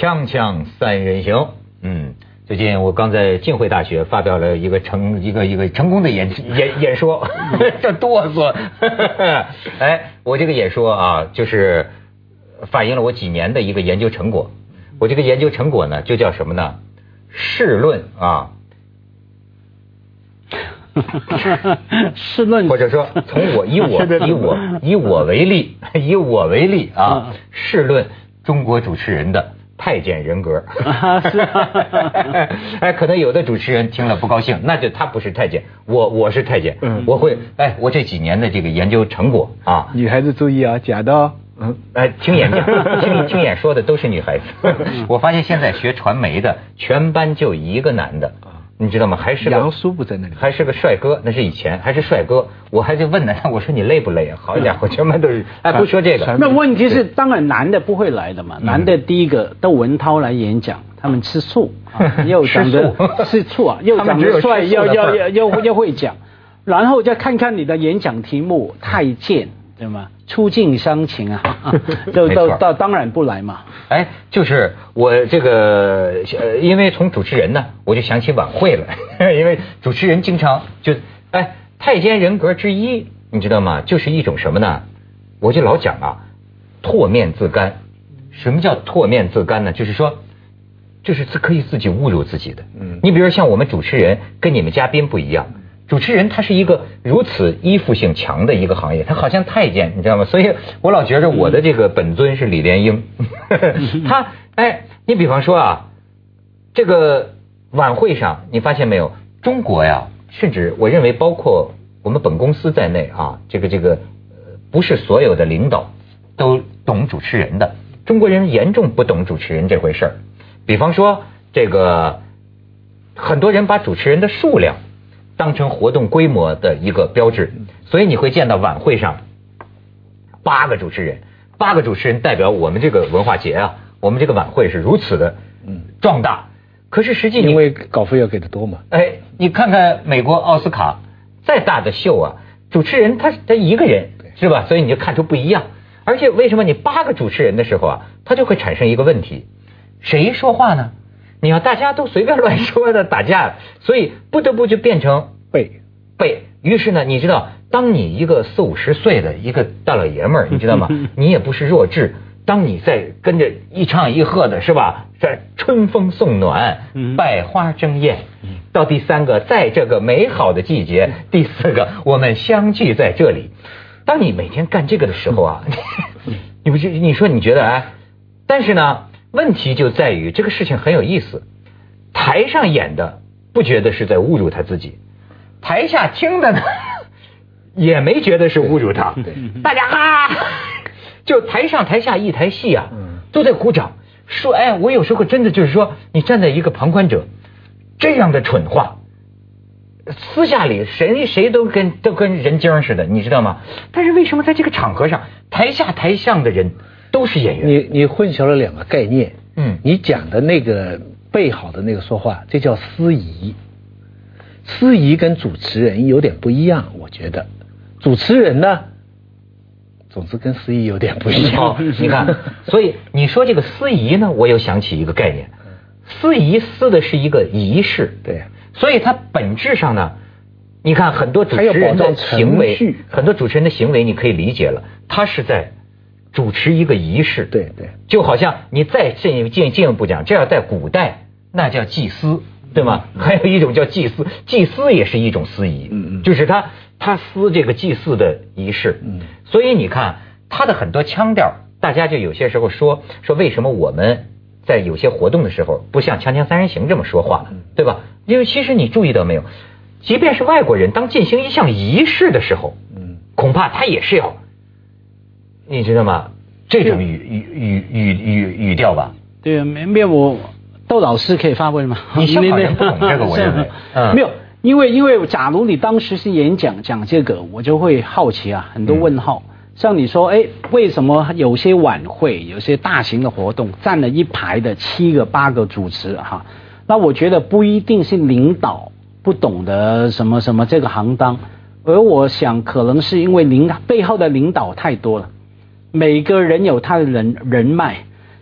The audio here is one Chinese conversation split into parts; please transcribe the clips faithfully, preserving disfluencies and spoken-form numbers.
锵锵三人行，嗯，最近我刚在浸会大学发表了一个成一个一个成功的演演演说，这哆嗦。哎，我这个演说啊，就是反映了我几年的一个研究成果。我这个研究成果呢，就叫什么呢？试论啊。 试论， 或者说从我以我以我以我为例，以我为例啊，试论中国主持人的太监人格。 是啊， 哎，可能有的主持人听了不高兴，那就他不是太监，我我是太监，嗯，我会哎，我这几年的这个研究成果啊， 女孩子注意啊，假的哦。 嗯，哎，听演讲、听听演说的都是女孩子。我发现现在学传媒的全班就一个男的。你知道吗？还是杨叔不在那里， 还是个帅哥，那是以前，还是帅哥。我还就问呢，我说你累不累啊？好家伙，全班都是。哎，不说这个。 那问题是，当然男的不会来的嘛。嗯、男的第一个窦文涛来演讲，他们吃醋，啊、又长得吃醋啊，又长得帅，又又又又又会讲。然后再看看你的演讲题目，太监，对吗？触境伤情啊，就都到当然不来嘛。 哎，就是我这个，呃，因为从主持人呢，我就想起晚会了，因为主持人经常就，哎，太监人格之一，你知道吗？就是一种什么呢？我就老讲啊，唾面自干。什么叫唾面自干呢？就是说，就是自可以自己侮辱自己的。嗯，你比如像我们主持人跟你们嘉宾不一样。主持人他是一个如此依附性强的一个行业，他好像太监，你知道吗？所以我老觉着我的这个本尊是李莲英。他哎，你比方说啊，这个晚会上你发现没有，中国呀，甚至我认为包括我们本公司在内啊，这个这个呃，不是所有的领导都懂主持人的，中国人严重不懂主持人这回事儿。比方说这个很多人把主持人的数量当成活动规模的一个标志，所以你会见到晚会上八个主持人，八个主持人代表我们这个文化节啊，我们这个晚会是如此的壮大。可是实际因为稿费要给的多嘛。 哎，你看看美国奥斯卡再大的秀啊，主持人他他一个人是吧？所以你就看出不一样。而且为什么你八个主持人的时候啊，他就会产生一个问题，谁说话呢？你要大家都随便乱说的打架，所以不得不就变成背背。于是呢，你知道，当你一个四五十岁的一个大老爷们儿，你知道吗？你也不是弱智。当你在跟着一唱一和的是吧？在春风送暖，百花争艳。到第三个，在这个美好的季节。第四个，我们相聚在这里。当你每天干这个的时候啊，你不是你说你觉得哎，但是呢？问题就在于这个事情很有意思，台上演的不觉得是在侮辱他自己，台下听的呢也没觉得是侮辱他，大家啊，就台上台下一台戏啊，都在鼓掌，说哎，我有时候真的就是说，你站在一个旁观者，这样的蠢话，私下里谁谁都跟都跟人精似的，你知道吗？但是为什么在这个场合上，台下台上的人都是演员？ 你你混淆了两个概念。 嗯， 你讲的那个背好的那个说话，这叫司仪。司仪跟主持人有点不一样，我觉得。主持人呢，总之跟司仪有点不一样。 哦，你看，所以你说这个司仪呢，我又想起一个概念，司仪司的是一个仪式， 对， 所以它本质上呢，你看很多主持人的行为，很多主持人的行为你可以理解了，他是在主持一个仪式， 对对， 就好像你再进进进一步讲，这要在古代那叫祭司，对吗？嗯、还有一种叫祭司，祭司也是一种司仪，嗯嗯，就是他他司这个祭祀的仪式，嗯，所以你看他的很多腔调，大家就有些时候说说为什么我们在有些活动的时候不像《锵锵三人行》这么说话，对吧？因为其实你注意到没有，即便是外国人当进行一项仪式的时候，嗯，恐怕他也是要。你知道吗？这种语语语语语语调吧？ 对啊，没没有我窦老师可以发问吗？ 你香港人不懂这个，我认为、 嗯、没有，因为因为假如你当时是演讲讲这个，我就会好奇啊，很多问号。嗯、像你说，哎，为什么有些晚会、有些大型的活动站了一排的七个、八个主持哈？那我觉得不一定是领导不懂得什么什么这个行当，而我想可能是因为领背后的领导太多了。每个人有他的人人脉，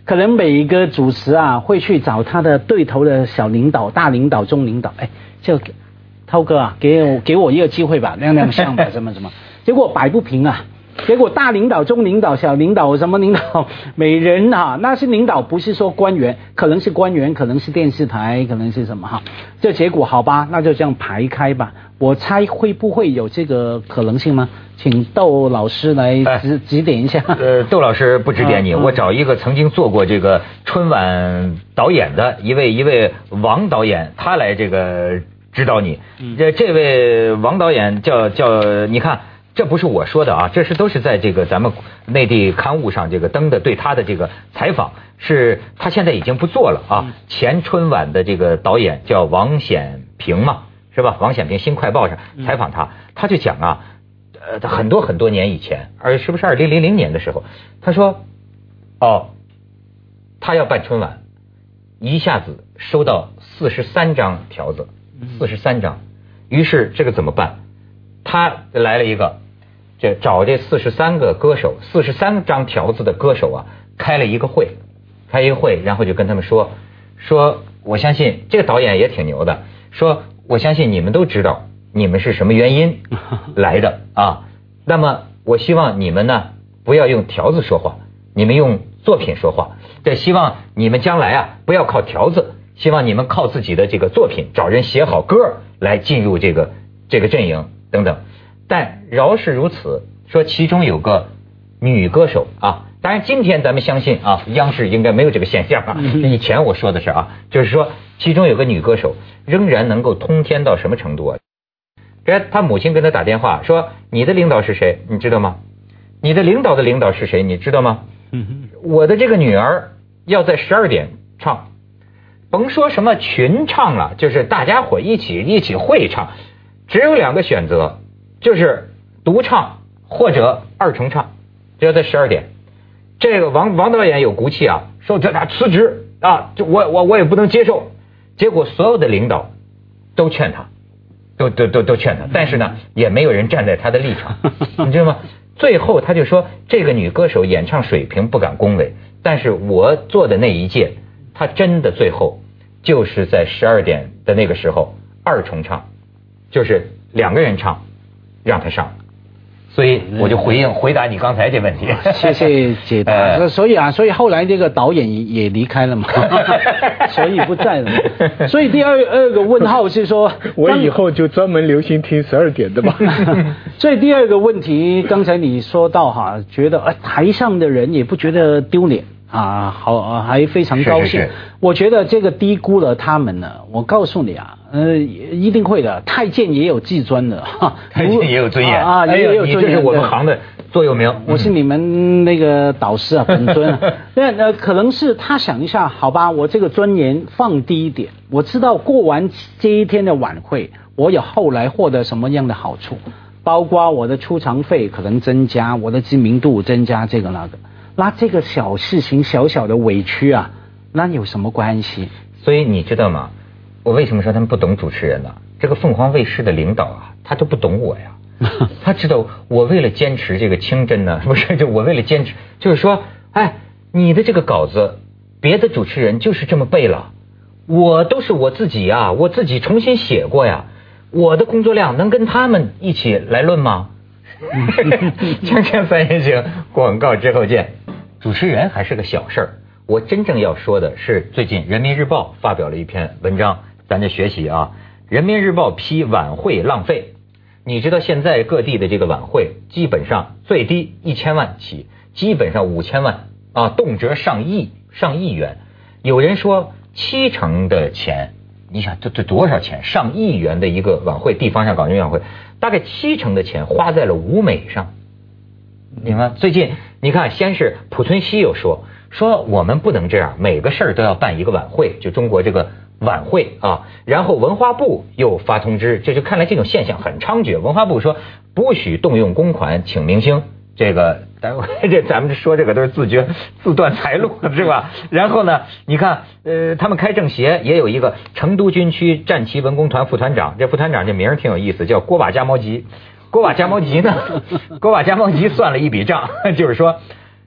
可能每一个主持啊会去找他的对头的小领导、大领导、中领导，哎，就涛哥啊，给我给我一个机会吧，亮亮相吧，什么什么，结果摆不平啊。结果大领导、中领导、小领导什么领导，每人啊，那是领导，不是说官员，可能是官员，可能是电视台，可能是什么哈。这结果好吧，那就这样排开吧。我猜会不会有这个可能性吗？请窦老师来指、哎、指点一下。 呃，窦老师不指点你，啊、我找一个曾经做过这个春晚导演的一位一位王导演，他来这个指导你。这、嗯、这位王导演叫叫，你看。这不是我说的啊，这是都是在这个咱们内地刊物上这个登的对他的这个采访，是他现在已经不做了啊。前春晚的这个导演叫王显平嘛，是吧？王显平新快报上采访他，他就讲啊，呃，很多很多年以前，而是不是二零零零年的时候，他说，哦，他要办春晚，一下子收到四十三张条子，四十三张，于是这个怎么办？他来了一个。这找这四十三个歌手，四十三张条子的歌手啊，开了一个会，开一个会，然后就跟他们说，说我相信这个导演也挺牛的，说我相信你们都知道你们是什么原因来的啊，那么我希望你们呢不要用条子说话，你们用作品说话，这希望你们将来啊不要靠条子，希望你们靠自己的这个作品，找人写好歌来进入这个这个阵营等等。但饶是如此，说其中有个女歌手啊，当然今天咱们相信啊，央视应该没有这个现象啊。以前我说的是啊，就是说其中有个女歌手仍然能够通天到什么程度啊？这她母亲跟她打电话说：“你的领导是谁？你知道吗？你的领导的领导是谁？你知道吗？我的这个女儿要在十二点唱，甭说什么群唱了，就是大家伙一起一起会唱，只有两个选择。”就是独唱或者二重唱，就要在十二点。这个王王导演有骨气啊，说这俩辞职啊，就我我我也不能接受。结果所有的领导都劝他，都都都都劝他，但是呢，也没有人站在他的立场，你知道吗？最后他就说，这个女歌手演唱水平不敢恭维，但是我做的那一届，她真的最后就是在十二点的那个时候二重唱，就是两个人唱。让他上，所以我就回应回答你刚才这问题。 谢谢解答。呃、所以啊，所以后来这个导演也也离开了嘛，所以不在了嘛。所以第二二个问号是说， 我以后就专门留心听十二点的吧。 所以第二个问题，刚才你说到哈，觉得呃台上的人也不觉得丢脸。啊，好、啊，还非常高兴。是是是，我觉得这个低估了他们呢。我告诉你啊，呃，一定会的。太监也有自尊的， 太监也有尊严啊，也有尊严。 你这是我们行的座右铭。 我是你们那个导师啊，本尊。那呃，可能是他想一下，好吧，我这个尊严放低一点。我知道过完这一天的晚会，我有后来获得什么样的好处，包括我的出场费可能增加，我的知名度增加，这个那个。那这个小事情小小的委屈啊，那有什么关系？ 所以你知道吗？我为什么说他们不懂主持人呢？这个凤凰卫视的领导啊，他都不懂我呀。他知道我为了坚持这个清真呢，不是就我为了坚持，就是说，哎，你的这个稿子，别的主持人就是这么背了，我都是我自己啊，我自己重新写过呀，我的工作量能跟他们一起来论吗？锵锵三人行，广告之后见。主持人还是个小事儿，我真正要说的是，最近人民日报发表了一篇文章，咱这学习啊。人民日报批晚会浪费，你知道现在各地的这个晚会基本上最低一千万起，基本上五千万啊，动辄上亿上亿元。有人说七成的钱，你想这这多少钱？上亿元的一个晚会，地方上搞这晚会，大概七成的钱花在了舞美上。你看最近你看，先是濮存昕又说说我们不能这样，每个事儿都要办一个晚会，就中国这个晚会啊。然后文化部又发通知，这就看来这种现象很猖獗。文化部说不许动用公款请明星，这个这咱们说这个都是自觉自断财路是吧？然后呢，你看呃，他们开政协也有一个成都军区战旗文工团副团长，这副团长这名儿挺有意思，叫锅瓦加毛吉。锅瓦加毛吉呢？锅瓦加毛吉算了一笔账，就是说，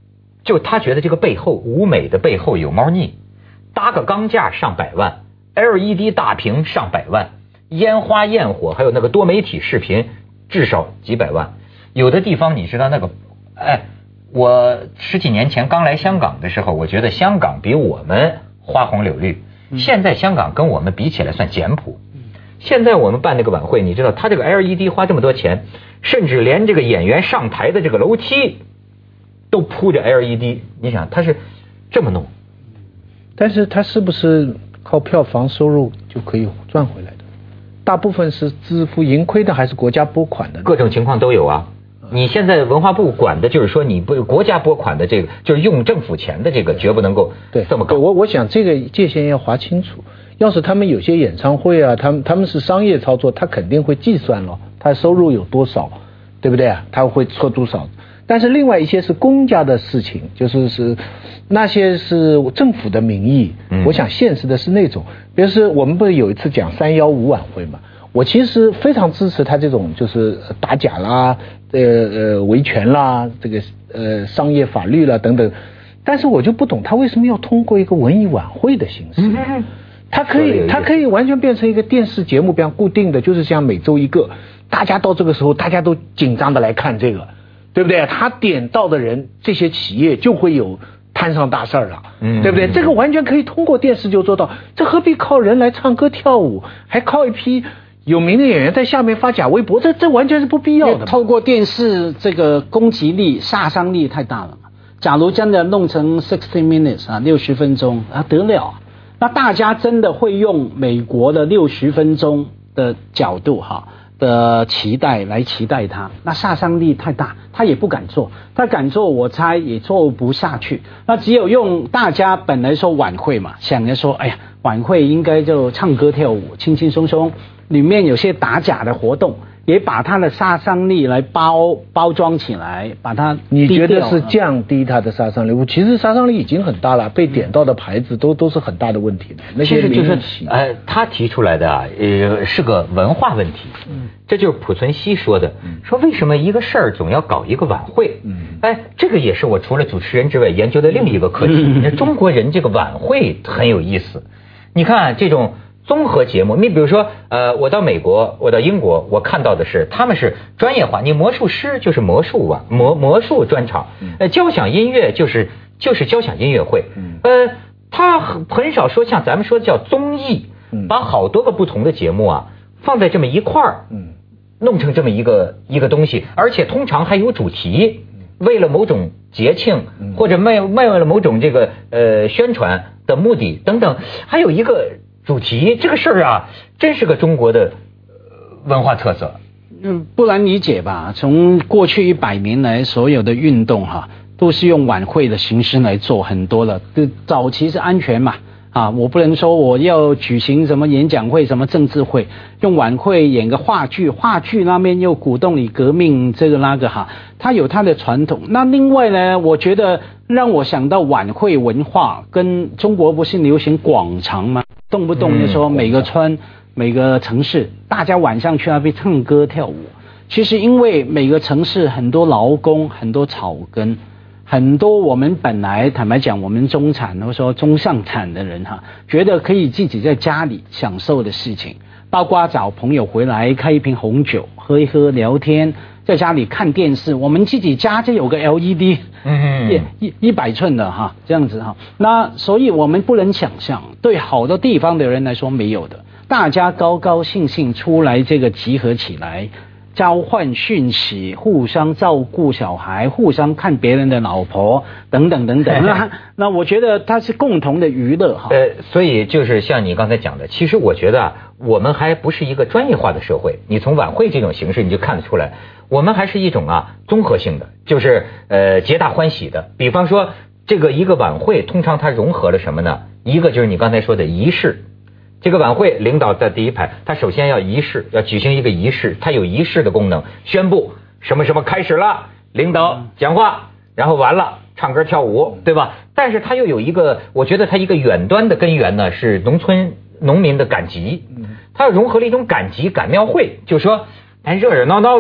就他觉得这个背后舞美的背后有猫腻，搭个钢架上百万 ，L E D 大屏上百万，烟花焰火，还有那个多媒体视频至少几百万。有的地方你知道那个，哎，我十几年前刚来香港的时候，我觉得香港比我们花红柳绿，现在香港跟我们比起来算简朴。现在我们办那个晚会，你知道他这个 L E D 花这么多钱，甚至连这个演员上台的这个楼梯都铺着 L E D， 你想他是这么弄， 但是他是不是靠票房收入就可以赚回来的？大部分是自负盈亏的，还是国家拨款的？ 各种情况都有啊。你现在文化部管的就是说，你不国家拨款的这个，就是用政府钱的这个，绝不能够这么搞。 我我想这个界限要划清楚。要是他们有些演唱会啊，他们他们是商业操作，他肯定会计算了，他收入有多少，对不对啊？他会错多少？但是另外一些是公家的事情，就是是那些是政府的名义。嗯、我想现实的是那种，比如说我们不是有一次讲三幺五晚会嘛？我其实非常支持他这种就是打假啦、呃呃维权啦、这个呃商业法律啦等等，但是我就不懂他为什么要通过一个文艺晚会的形式。嗯它可以，它可以完全变成一个电视节目，比方固定的，就是像每周一个，大家到这个时候，大家都紧张的来看这个，对不对？他点到的人，这些企业就会有摊上大事儿了，嗯，对不对？这个完全可以通过电视就做到，这何必靠人来唱歌跳舞，还靠一批有名的演员在下面发假微博，这这完全是不必要的。 透过电视，这个攻击力、杀伤力太大了。假如真的弄成sixty minutes 啊，六十分钟啊，得了。那大家真的会用美国的六十分钟的角度哈的期待来期待它，那杀伤力太大，他也不敢做，他敢做我猜也做不下去。那只有用大家本来说晚会嘛，想着说哎呀晚会应该就唱歌跳舞轻轻松松，里面有些打假的活动，也把它的杀伤力来包包装起来，把它你觉得是降低它的杀伤力？其实杀伤力已经很大了，被点到的牌子都都是很大的问题的。那些其实就是呃，他提出来的啊，呃，是个文化问题。嗯，这就是濮存昕说的，嗯、说为什么一个事儿总要搞一个晚会？嗯，哎，这个也是我除了主持人之外研究的另一个课题。嗯、中国人这个晚会很有意思，你看这种。综合节目，你比如说，呃，我到美国，我到英国，我看到的是他们是专业化。你魔术师就是魔术啊，魔魔术专场，呃，交响音乐就是就是交响音乐会，呃，他很少说像咱们说的叫综艺，把好多个不同的节目啊放在这么一块儿，弄成这么一个一个东西，而且通常还有主题，为了某种节庆或者为为了某种这个呃宣传的目的等等，还有一个。主题这个事儿啊，真是个中国的文化特色。 嗯，不难理解吧？从过去一百年来，所有的运动哈、啊，都是用晚会的形式来做很多的。早期是安全嘛，啊，我不能说我要举行什么演讲会、什么政治会，用晚会演个话剧，话剧那边又鼓动你革命这个那个哈，它有它的传统。那另外呢，我觉得让我想到晚会文化，跟中国不是流行广场吗？动不动就说每个村、嗯、每个城市，大家晚上去那边唱歌跳舞。其实因为每个城市很多劳工，很多草根，很多我们本来坦白讲，我们中产或者说中上产的人哈，觉得可以自己在家里享受的事情，包括找朋友回来开一瓶红酒，喝一喝聊天，在家里看电视。我们自己家就有个 L E D。嗯，一一百寸的哈，这样子哈，那所以我们不能想象，对好多地方的人来说没有的，大家高高兴兴出来这个集合起来，交换讯息，互相照顾小孩，互相看别人的老婆等等等等。那那我觉得它是共同的娱乐哈。 呃，所以就是像你刚才讲的，其实我觉得啊，我们还不是一个专业化的社会，你从晚会这种形式你就看得出来。我们还是一种啊综合性的，就是呃皆大欢喜的。比方说这个一个晚会，通常它融合了什么呢？一个就是你刚才说的仪式。这个晚会领导在第一排，他首先要仪式，要举行一个仪式，它有仪式的功能，宣布什么什么开始了，领导讲话，然后完了唱歌跳舞，对吧？但是它又有一个，我觉得它一个远端的根源呢是农村农民的赶集，它融合了一种赶集赶庙会，就是说咱热热闹闹的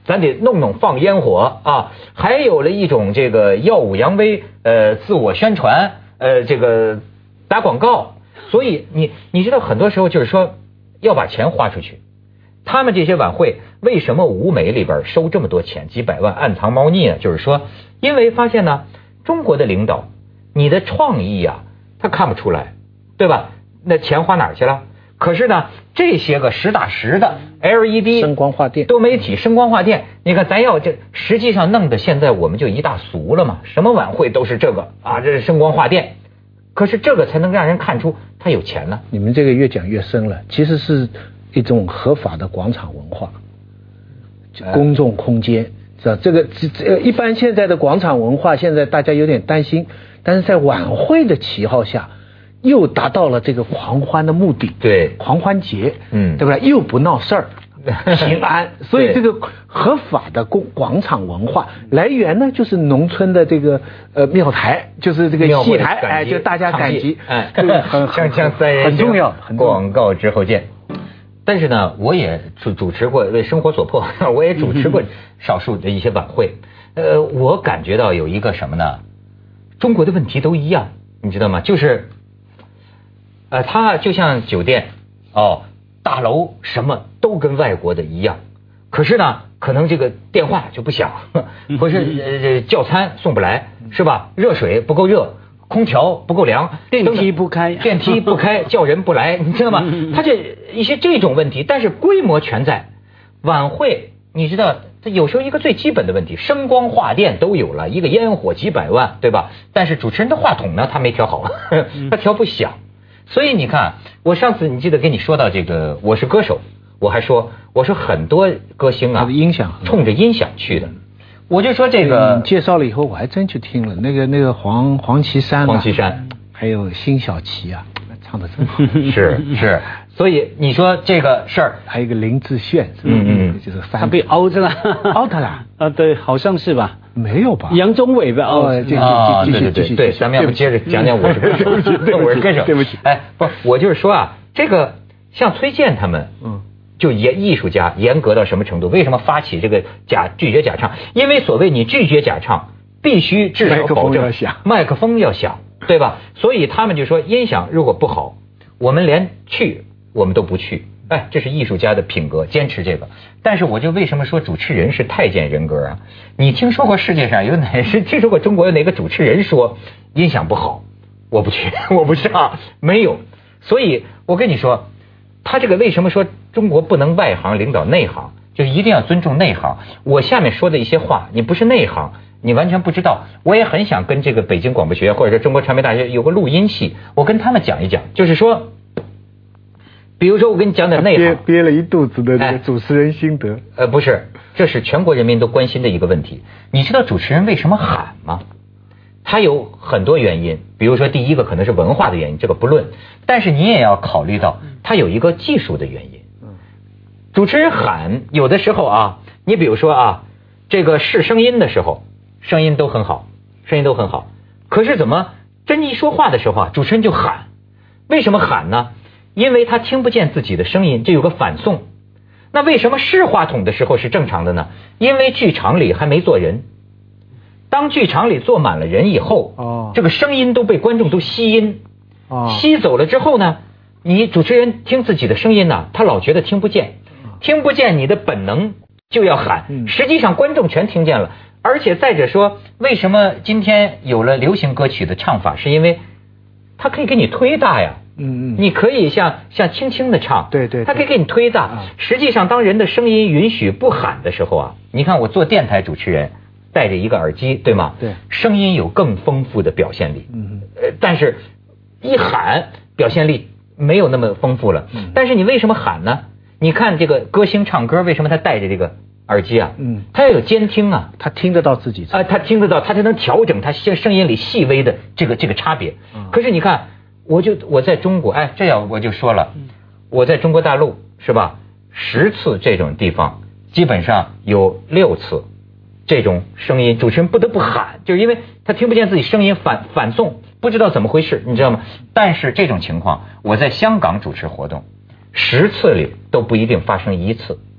咱得弄弄放烟火啊，还有了一种这个耀武扬威，呃，自我宣传，呃，这个打广告。所以你你知道，很多时候就是说要把钱花出去。他们这些晚会为什么舞美里边收这么多钱，几百万，暗藏猫腻呢？就是说，因为发现呢，中国的领导，你的创意啊，他看不出来，对吧？那钱花哪儿去了？可是呢，这些个实打实的 L E D 声光画电、 多媒体声光画电，你看咱要这实际上弄得现在我们就一大俗了嘛，什么晚会都是这个啊，这是声光画电。可是这个才能让人看出他有钱呢。 你们这个越讲越深了，其实是一种合法的广场文化，公众空间，是吧？这个这一般现在的广场文化，现在大家有点担心，但是在晚会的旗号下，又达到了这个狂欢的目的。 对， 狂欢节， 嗯， 对不对？又不闹事儿。平安，所以这个合法的公广场文化来源呢，就是农村的这个呃庙台，就是这个戏台，哎，就大家赶集， 哎， 很锵锵三人很重要，很重要。 广告之后见。但是呢，我也主主持过，为生活所迫，我也主持过少数的一些晚会。呃，我感觉到有一个什么呢？中国的问题都一样，你知道吗？就是，呃，它就像酒店哦。大楼什么都跟外国的一样，可是呢，可能这个电话就不响，或是呃叫餐送不来，是吧？热水不够热，空调不够凉， 电梯不开， 电梯不开，叫人不来，你知道吗？他这一些这种问题，但是规模全在。晚会，你知道，这有时候一个最基本的问题，声光画电都有了，一个烟火几百万，对吧？但是主持人的话筒呢，他没调好，他调不响。所以你看，我上次你记得跟你说到这个《我是歌手》，我还说我说很多歌星啊， 音响冲着音响去的。我就说这个、 嗯、介绍了以后，我还真去听了那个那个黄黄绮珊、啊， 黄绮珊还有辛晓琪啊，唱的真好。 是是，所以你说这个事儿， 还有一个林志炫， 嗯嗯， 就是他被凹着了， 凹他了啊，对，好像是吧？ 没有吧？ 杨宗纬被凹哦， 啊，对对对对，咱们要不接着讲讲我是歌手？对不起，我是歌手， 对不起。 哎，不，我就是说啊，这个像崔健他们，嗯，就严艺术家严格到什么程度？为什么发起这个假拒绝假唱？因为所谓你拒绝假唱，必须至少保证麦克风要响，对吧？所以他们就说音响如果不好，我们连去我们都不去。哎，这是艺术家的品格，坚持这个。但是我就为什么说主持人是太监人格啊？你听说过世界上有哪是听说过中国有哪个主持人说音响不好？我不去，我不上，没有。所以我跟你说，他这个为什么说中国不能外行领导内行，就一定要尊重内行。我下面说的一些话，你不是内行，你完全不知道。我也很想跟这个北京广播学院或者说中国传媒大学有个录音系，我跟他们讲一讲，就是说。比如说，我跟你讲点内行， 憋憋了一肚子的这个主持人心得。 呃，不是，这是全国人民都关心的一个问题。你知道主持人为什么喊吗？他有很多原因，比如说第一个可能是文化的原因，这个不论。但是你也要考虑到，他有一个技术的原因。主持人喊有的时候啊，你比如说啊，这个试声音的时候，声音都很好，声音都很好。可是怎么真一说话的时候啊，主持人就喊？为什么喊呢？因为他听不见自己的声音，这有个反送。那为什么试话筒的时候是正常的呢？因为剧场里还没坐人。当剧场里坐满了人以后，哦，这个声音都被观众都吸音，哦，吸走了之后呢，你主持人听自己的声音呢，他老觉得听不见，听不见，你的本能就要喊，实际上观众全听见了。而且再者说，为什么今天有了流行歌曲的唱法，是因为它可以给你推大呀。嗯嗯，你可以像像轻轻的唱， 对 对, 对， 它可以给你推大。啊、实际上，当人的声音允许不喊的时候啊，你看我做电台主持人，戴着一个耳机，对吗？ 对， 声音有更丰富的表现力。嗯嗯，呃，但是一喊表现力没有那么丰富了。嗯，但是你为什么喊呢？你看这个歌星唱歌，为什么他戴着这个耳机啊？嗯，他要有监听啊， 他听得到自己啊、呃，他听得到，他才能调整他声音里细微的这个这个差别。嗯，可是你看。我就我在中国，哎，这样我就说了，我在中国大陆是吧？十次这种地方，基本上有六次这种声音，主持人不得不喊，就是因为他听不见自己声音反反送，不知道怎么回事，你知道吗？但是这种情况，我在香港主持活动，十次里都不一定发生一次，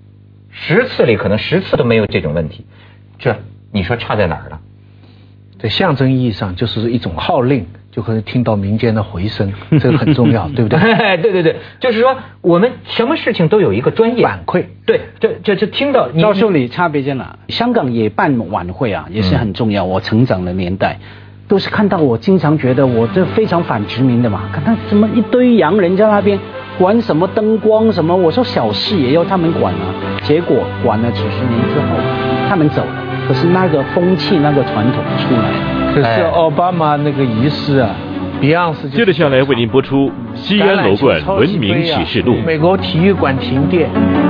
十次里可能十次都没有这种问题，这你说差在哪儿了？ 在象征意义上，就是一种号令，就可以听到民间的回声，这个很重要，对不对？ 对对对，就是说我们什么事情都有一个专业反馈。 对，这这这听到你告诉你差别在哪？香港也办晚会啊，也是很重要。嗯、我成长的年代，都是看到我经常觉得我这非常反殖民的嘛，看他怎么一堆洋人在那边管什么灯光什么，我说小事也要他们管啊。结果管了几十年之后，他们走了。可是那个风气、那个传统出来了。 可是奥巴马那个仪式啊 ，Beyonce 接着下来为您播出《西安楼冠文明启示录》。 美国体育馆停电。